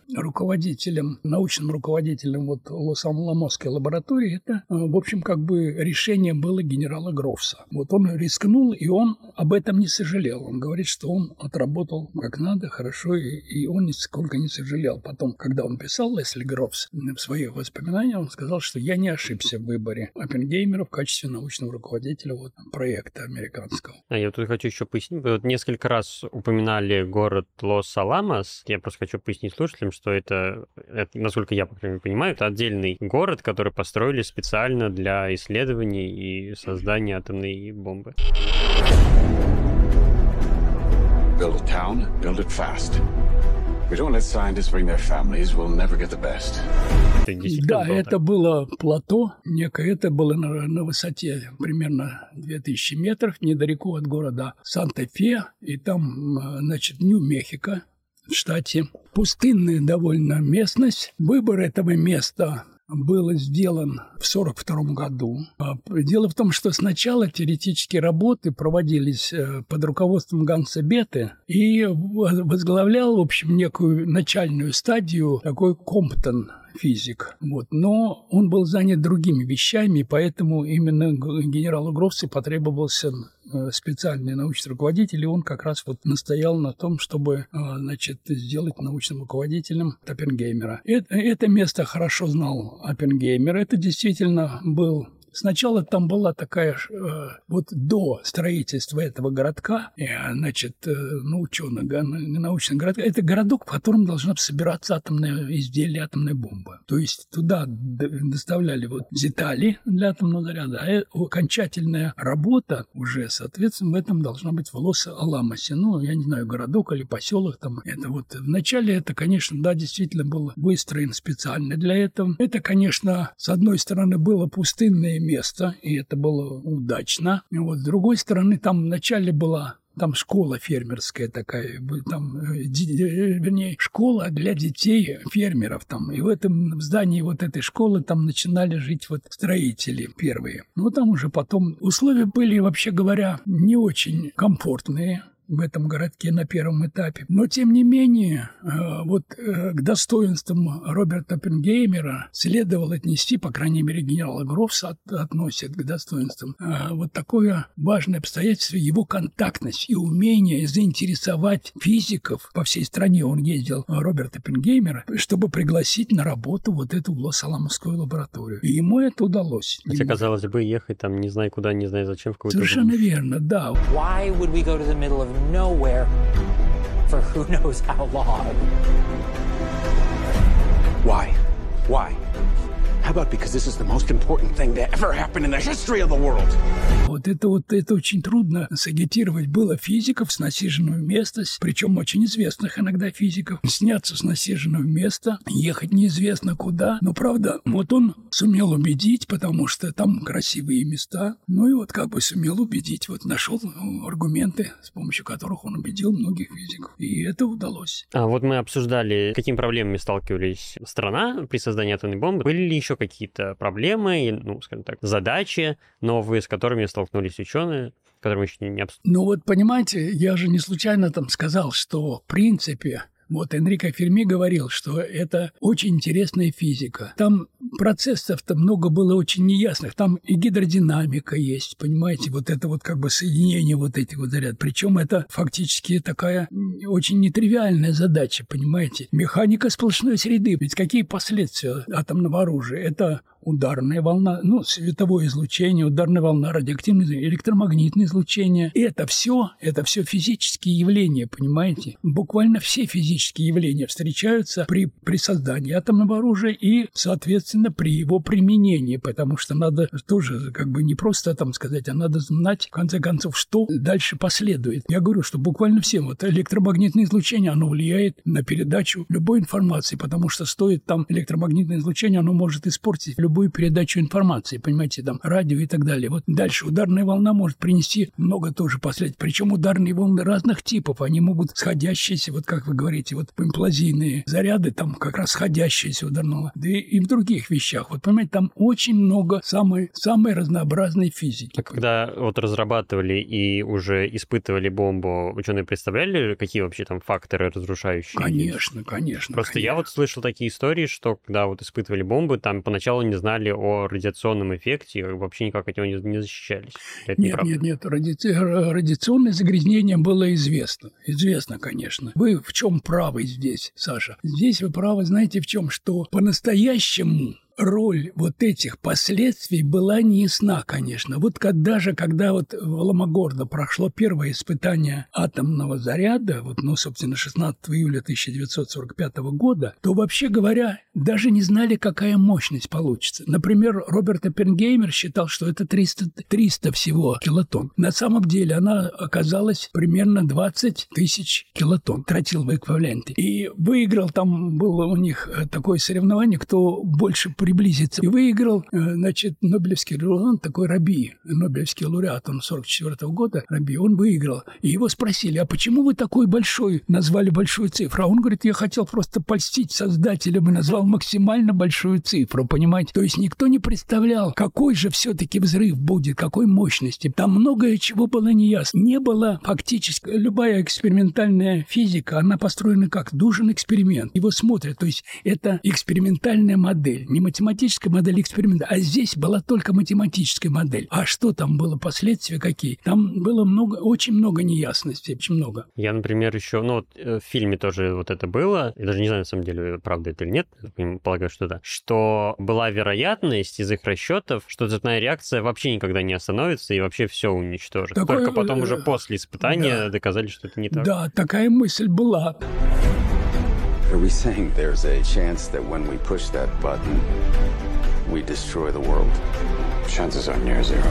научным руководителем вот Лос-Аламосской лаборатории, это, в общем, как бы решение было генерала Грофса. Вот он рискнул, и он об этом не сожалел. Он говорит, что он отработал как надо, хорошо, и он нисколько не сожалел. Потом, когда он писал, Лесли Грофс, в своих воспоминаниях, он сказал, что я не ошибся в выборе Оппенгеймера в качестве научного руководителя вот проекта американского. Я тут хочу еще пояснить. Вы вот несколько раз упоминали город Лос-Аламос. Я просто хочу пояснить слушателям, что это, насколько я, по крайней мере, понимаю, это отдельный город, который построили специально для исследований и создания атомной бомбы. Build a town, build it fast. We don't let scientists bring their families, we'll never get the best. Да, это было плато некое, это было на высоте примерно 2000 метров, недалеко от города Санта-Фе, и там, значит, Нью-Мехико в штате. Пустынная довольно местность. Выбор этого места был сделан в 1942 году. Дело в том, что сначала теоретические работы проводились под руководством Ганса Бетте и возглавлял, в общем, некую начальную стадию такой Комптон, физик. Вот. Но он был занят другими вещами, поэтому именно генералу Гроссу потребовался специальный научный руководитель, и он как раз вот настоял на том, чтобы, сделать научным руководителем Оппенгеймера. Это место хорошо знал Оппенгеймер. Это действительно был... Сначала там была такая, до строительства этого городка, научный городок, это городок, в котором должна собираться атомное изделие, атомная бомба. То есть туда доставляли детали для атомного заряда, а окончательная работа уже, соответственно, в этом должна быть в Лос-Аламосе. Я не знаю, городок или поселок там. Это вначале это, конечно, да, действительно было выстроено специально для этого. Это, конечно, с одной стороны, было пустынное место, и это было удачно. С другой стороны, там вначале была школа фермерская такая, школа для детей фермеров там. И в этом здании этой школы там начинали жить строители первые. Там уже потом условия были, вообще говоря, не очень комфортные в этом городке на первом этапе. Но, тем не менее, к достоинствам Роберта Оппенгеймера следовало отнести, по крайней мере, генерала Грофса относит к достоинствам, такое важное обстоятельство, его контактность и умение заинтересовать физиков по всей стране. Он ездил, Роберт Оппенгеймер, чтобы пригласить на работу эту Лос-Аламосскую лабораторию. И ему это удалось. Хотя, казалось бы, ехать там не знаю куда, не знаю зачем, в какой-то... Совершенно верно, да. Why would we go to the middle of nowhere for who knows how long? Why? How about because this is the most important thing to ever happen in the history of the world? Это очень трудно сагитировать было физиков с насиженного места, причем очень известных иногда физиков, сняться с насиженного места, ехать неизвестно куда. Но, правда, он сумел убедить, потому что там красивые места. Сумел убедить, нашел аргументы, с помощью которых он убедил многих физиков. И это удалось. Мы обсуждали, какими проблемами сталкивались страна при создании атомной бомбы. Были ли еще какие-то проблемы, задачи новые, с которыми столкнулись ученые, которые мы еще не обсуждали? Понимаете, я же не случайно сказал, что, в принципе, Энрико Ферми говорил, что это очень интересная физика. Там процессов-то много было очень неясных. Там и гидродинамика есть, понимаете, соединение этих зарядов. Причем это фактически такая очень нетривиальная задача, понимаете. Механика сплошной среды. Ведь какие последствия атомного оружия? Это ударная волна, световое излучение, ударная волна, радиоактивное, электромагнитное излучение. И это все физические явления, понимаете? Буквально все физические явления встречаются при создании атомного оружия и, соответственно, при его применении, потому что надо тоже не просто сказать, а надо знать, в конце концов, что дальше последует. Я говорю, что буквально все электромагнитное излучение, оно влияет на передачу любой информации, потому что стоит там электромагнитное излучение, оно может испортить любую передачу информации, понимаете, радио и так далее. Дальше ударная волна может принести много тоже последствий. Причем ударные волны разных типов, они могут сходящиеся, как вы говорите, имплозийные заряды, там как раз сходящиеся ударная волна, да и в других вещах. Понимаете, там очень много самой разнообразной физики. А когда разрабатывали и уже испытывали бомбу, ученые представляли, какие вообще там факторы разрушающие? Конечно. Просто я слышал такие истории, что когда испытывали бомбы, там поначалу не знали о радиационном эффекте, вообще никак от него не защищались. Нет. Радиационное загрязнение было известно. Известно, конечно. Вы в чем правы здесь, Саша? Здесь вы правы, знаете, в чем? Что по-настоящему роль этих последствий была неясна, конечно. Когда в Аламогордо прошло первое испытание атомного заряда, собственно, 16 июля 1945 года, то, вообще говоря, даже не знали, какая мощность получится. Например, Роберт Оппенгеймер считал, что это 300 всего килотонн. На самом деле она оказалась примерно 20 тысяч килотонн тротиловые эквиваленты. И выиграл, там было у них такое соревнование, кто больше приблизиться. И выиграл, Нобелевский лауреат, такой Раби, Нобелевский лауреат, он 44-го года, Раби, он выиграл. И его спросили, а почему вы такой большой, назвали большую цифру? А он говорит, я хотел просто польстить создателям и назвал максимально большую цифру, понимаете? То есть никто не представлял, какой же все-таки взрыв будет, какой мощности. Там многое чего было неясно. Не было фактически, любая экспериментальная физика, она построена как? Нужен эксперимент. Его смотрят, то есть это экспериментальная модель, не математическая модель эксперимента, а здесь была только математическая модель. А что там было, последствия какие? Там было очень много неясностей, очень много. Я, например, еще, в фильме тоже вот это было, я даже не знаю, на самом деле, правда это или нет, я полагаю, что да, что была вероятность из их расчетов, что цепная реакция вообще никогда не остановится и вообще все уничтожит. Только потом уже после испытания доказали, что это не так. Да, такая мысль была. Are we saying there's a chance that when we push that button, we destroy the world? Chances are near zero.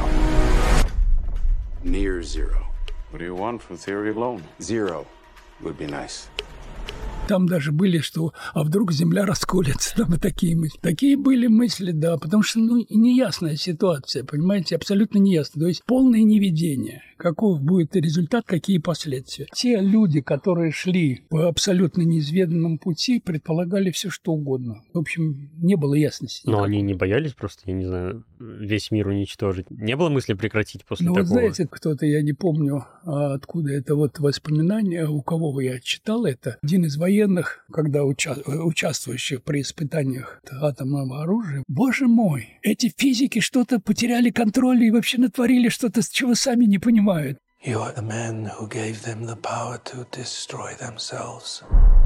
Near zero. What do you want from theory alone? Zero would be nice. Там даже были, что а вдруг Земля расколется, там и такие мысли. Такие были мысли, да, потому что неясная ситуация, понимаете, абсолютно неясная. То есть полное неведение. Каков будет результат, какие последствия. Те люди, которые шли по абсолютно неизведанному пути, предполагали все, что угодно. В общем, не было ясности. Но они не боялись просто, я не знаю, весь мир уничтожить. Не было мысли прекратить после такого? Вот знаете, кто-то, я не помню, откуда это вот воспоминание, у кого я читал это. Один из военных, когда участвующих при испытаниях атомного оружия, боже мой, эти физики что-то потеряли контроль и вообще натворили что-то, чего сами не понимают. You are the man who gave them the power to destroy themselves.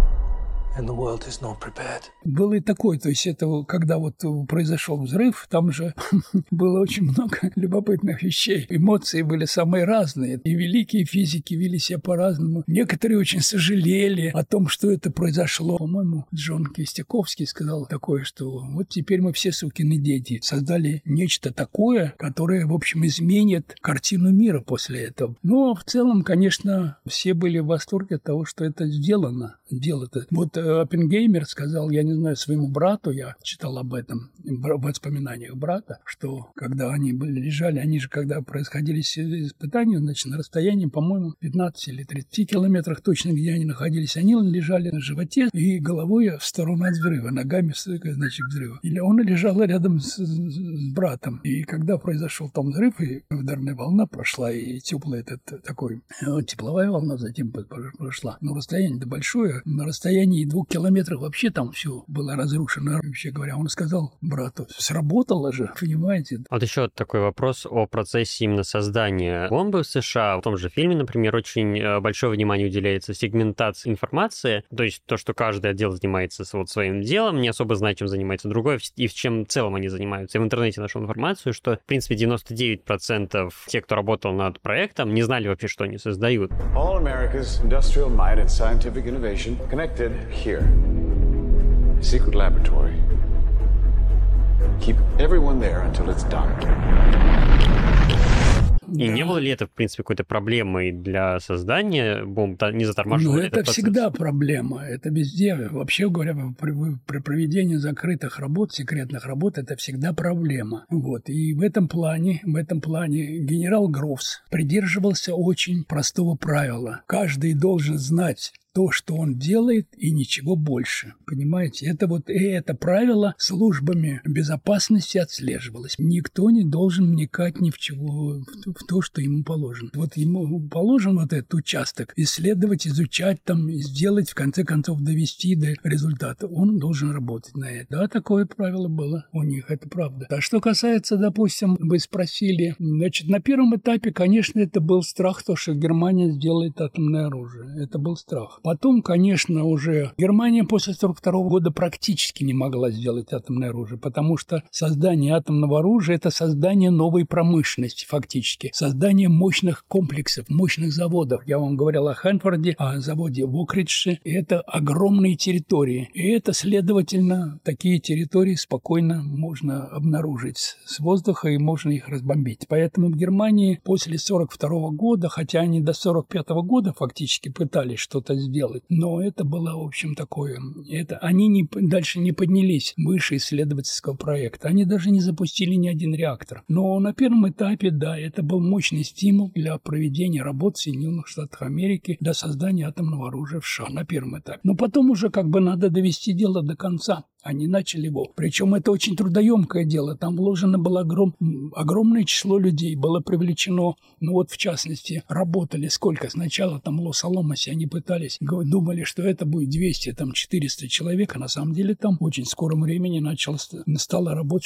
And the world is not prepared. Было и такое, то есть это когда вот произошел взрыв, там же было очень много любопытных вещей. Эмоции были самые разные, и великие физики вели себя по-разному. Некоторые очень сожалели о том, что это произошло. По-моему, Джон Костяковский сказал такое, что вот теперь мы все сукины дети создали нечто такое, которое, в общем, изменит картину мира после этого. Но в целом, конечно, все были в восторге от того, что это сделано. Дело-то. Вот Оппенгеймер сказал, я не знаю, своему брату, я читал об этом в воспоминаниях брата, что когда они лежали, они же, когда происходили испытания, значит, на расстоянии, по-моему, 15 или 30 километрах точно, где они находились, они лежали на животе и головой в сторону от взрыва, ногами, значит, взрыва. Или он лежал рядом с братом. И когда произошел там взрыв, и ударная волна прошла, и теплая тепловая волна затем прошла. Но расстояние-то большое, на расстоянии 2 километрах вообще там все было разрушено, вообще говоря. Он сказал брату, сработало же, понимаете? Вот еще такой вопрос о процессе именно создания бомбы в США. В том же фильме, например, очень большое внимание уделяется сегментации информации, то есть то, что каждый отдел занимается своим делом, не особо знает, чем занимается другой, и в чем в целом они занимаются. Я в интернете нашел информацию, что, в принципе, 99% тех, кто работал над проектом, не знали вообще, что они создают. All America's industrial might and scientific innovation connected here. Secret laboratory. Keep everyone there until it's done. И не было ли это, в принципе, какой-то проблемой для создания бомб? Не заторможено это процесс? Всегда проблема. Это везде. Вообще говоря, при проведении закрытых работ, секретных работ, это всегда проблема. Вот. И в этом плане генерал Грофс придерживался очень простого правила. Каждый должен знать то, что он делает, и ничего больше. Понимаете? Это правило службами безопасности отслеживалось. Никто не должен вникать ни в чего, в то, что ему положено. Вот ему положен вот этот участок, исследовать, изучать, сделать, в конце концов, довести до результата. Он должен работать на это. Да, такое правило было у них, это правда. А что касается, допустим, вы спросили, значит, на первом этапе, конечно, это был страх, то, что Германия сделает атомное оружие. Это был страх. Потом, конечно, уже Германия после 1942 года практически не могла сделать атомное оружие, потому что создание атомного оружия – это создание новой промышленности фактически, создание мощных комплексов, мощных заводов. Я вам говорил о Хэнфорде, о заводе в Окридже. Это огромные территории. И это, следовательно, такие территории спокойно можно обнаружить с воздуха, и можно их разбомбить. Поэтому в Германии после 1942 года, хотя они до 1945 года фактически пытались что-то сделать, сделать. Но это было, в общем, такое. Они дальше не поднялись выше исследовательского проекта. Они даже не запустили ни один реактор. Но на первом этапе, да, это был мощный стимул для проведения работ в Соединенных Штатах Америки для создания атомного оружия в США на первом этапе. Но потом уже как бы надо довести дело до конца. Они начали его. Причем это очень трудоемкое дело. Там вложено было огромное число людей. Было привлечено, в частности, работали сколько? Сначала там в Лос-Аламосе они пытались, думали, что это будет 200, 400 человек, а на самом деле там в очень скором времени стало работать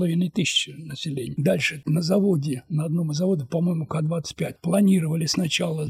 6500 населения. Дальше на одном из заводов, по-моему, К-25, планировали сначала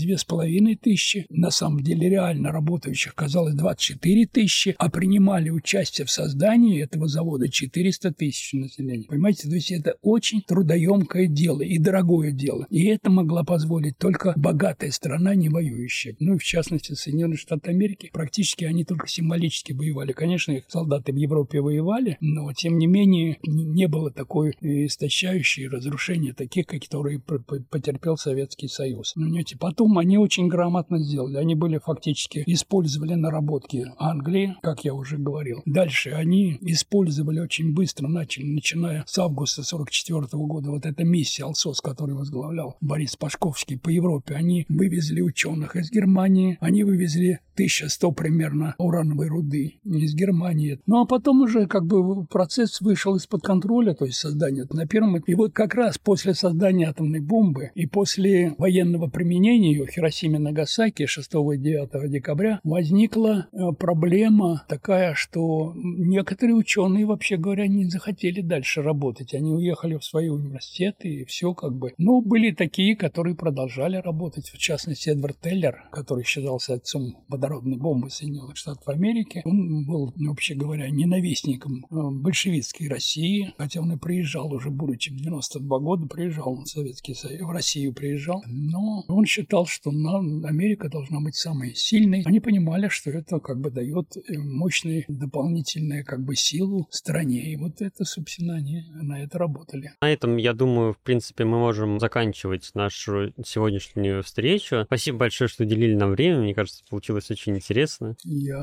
2500. На самом деле реально работающих казалось 24 тысячи, а принимали участие в создании этого завода 400 тысяч населения. Понимаете, то есть это очень трудоемкое дело и дорогое дело. И это могла позволить только богатая страна, не воюющая. И в частности, Соединенные Штаты Америки. Практически они только символически воевали. Конечно, их солдаты в Европе воевали, но тем не менее не было такой истощающей разрушения, таких, которые потерпел Советский Союз. Потом они очень грамотно сделали. Они фактически использовали наработки Англии, как я уже говорил. Дальше они использовали очень быстро, начиная с августа 1944 года, эта миссия «Алсос», которую возглавлял Борис Пашковский по Европе. Они вывезли ученых из Германии, они вывезли 1100 примерно урановой руды из Германии. А потом уже процесс вышел из-под контроля, то есть создание на первом этапе. И как раз после создания атомной бомбы и после военного применения ее в Хиросиме и Нагасаки 6 и 9 декабря возникла проблема такая, что некоторые ученые, вообще говоря, не захотели дальше работать. Они уехали в свои университеты и все . Но были такие, которые продолжали работать. В частности, Эдвард Теллер, который считался отцом водородной бомбы Соединенных Штатов Америки. Он был, вообще говоря, ненавистником большевистской России, хотя он и приезжал уже, будучи в 92 года, приезжал в Советский Союз, в Россию приезжал. Но он считал, что Америка должна быть самой сильной. Они понимали, что это дает мощную дополнительную силу стране. И это, собственно, они на это работали. На этом, я думаю, в принципе, мы можем заканчивать нашу сегодняшнюю встречу. Спасибо большое, что уделили нам время. Мне кажется, получилось очень интересно.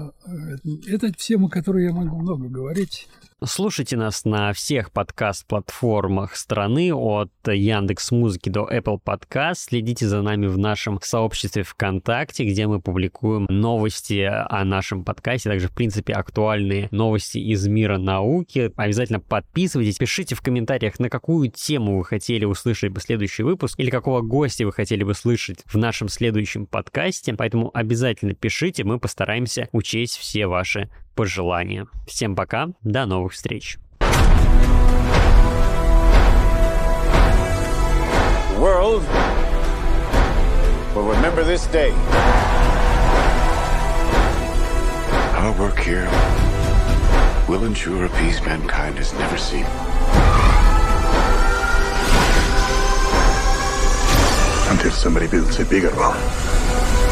Это тема, о которой я могу много говорить. Слушайте нас на всех подкаст-платформах страны, от Яндекс.Музыки до Apple Podcast. Следите за нами в нашем сообществе ВКонтакте, где мы публикуем новости о нашем подкасте, также, в принципе, актуальные новости из мира науки. Обязательно подписывайтесь, пишите в комментариях, на какую тему вы хотели услышать бы следующий выпуск или какого гостя вы хотели бы слышать в нашем следующем подкасте. Поэтому обязательно пишите, мы постараемся учесть все ваши пожелания. Всем пока, до новых встреч. The world will remember this day. Our work here will ensure a peace mankind has never seen. Until somebody builds a bigger one.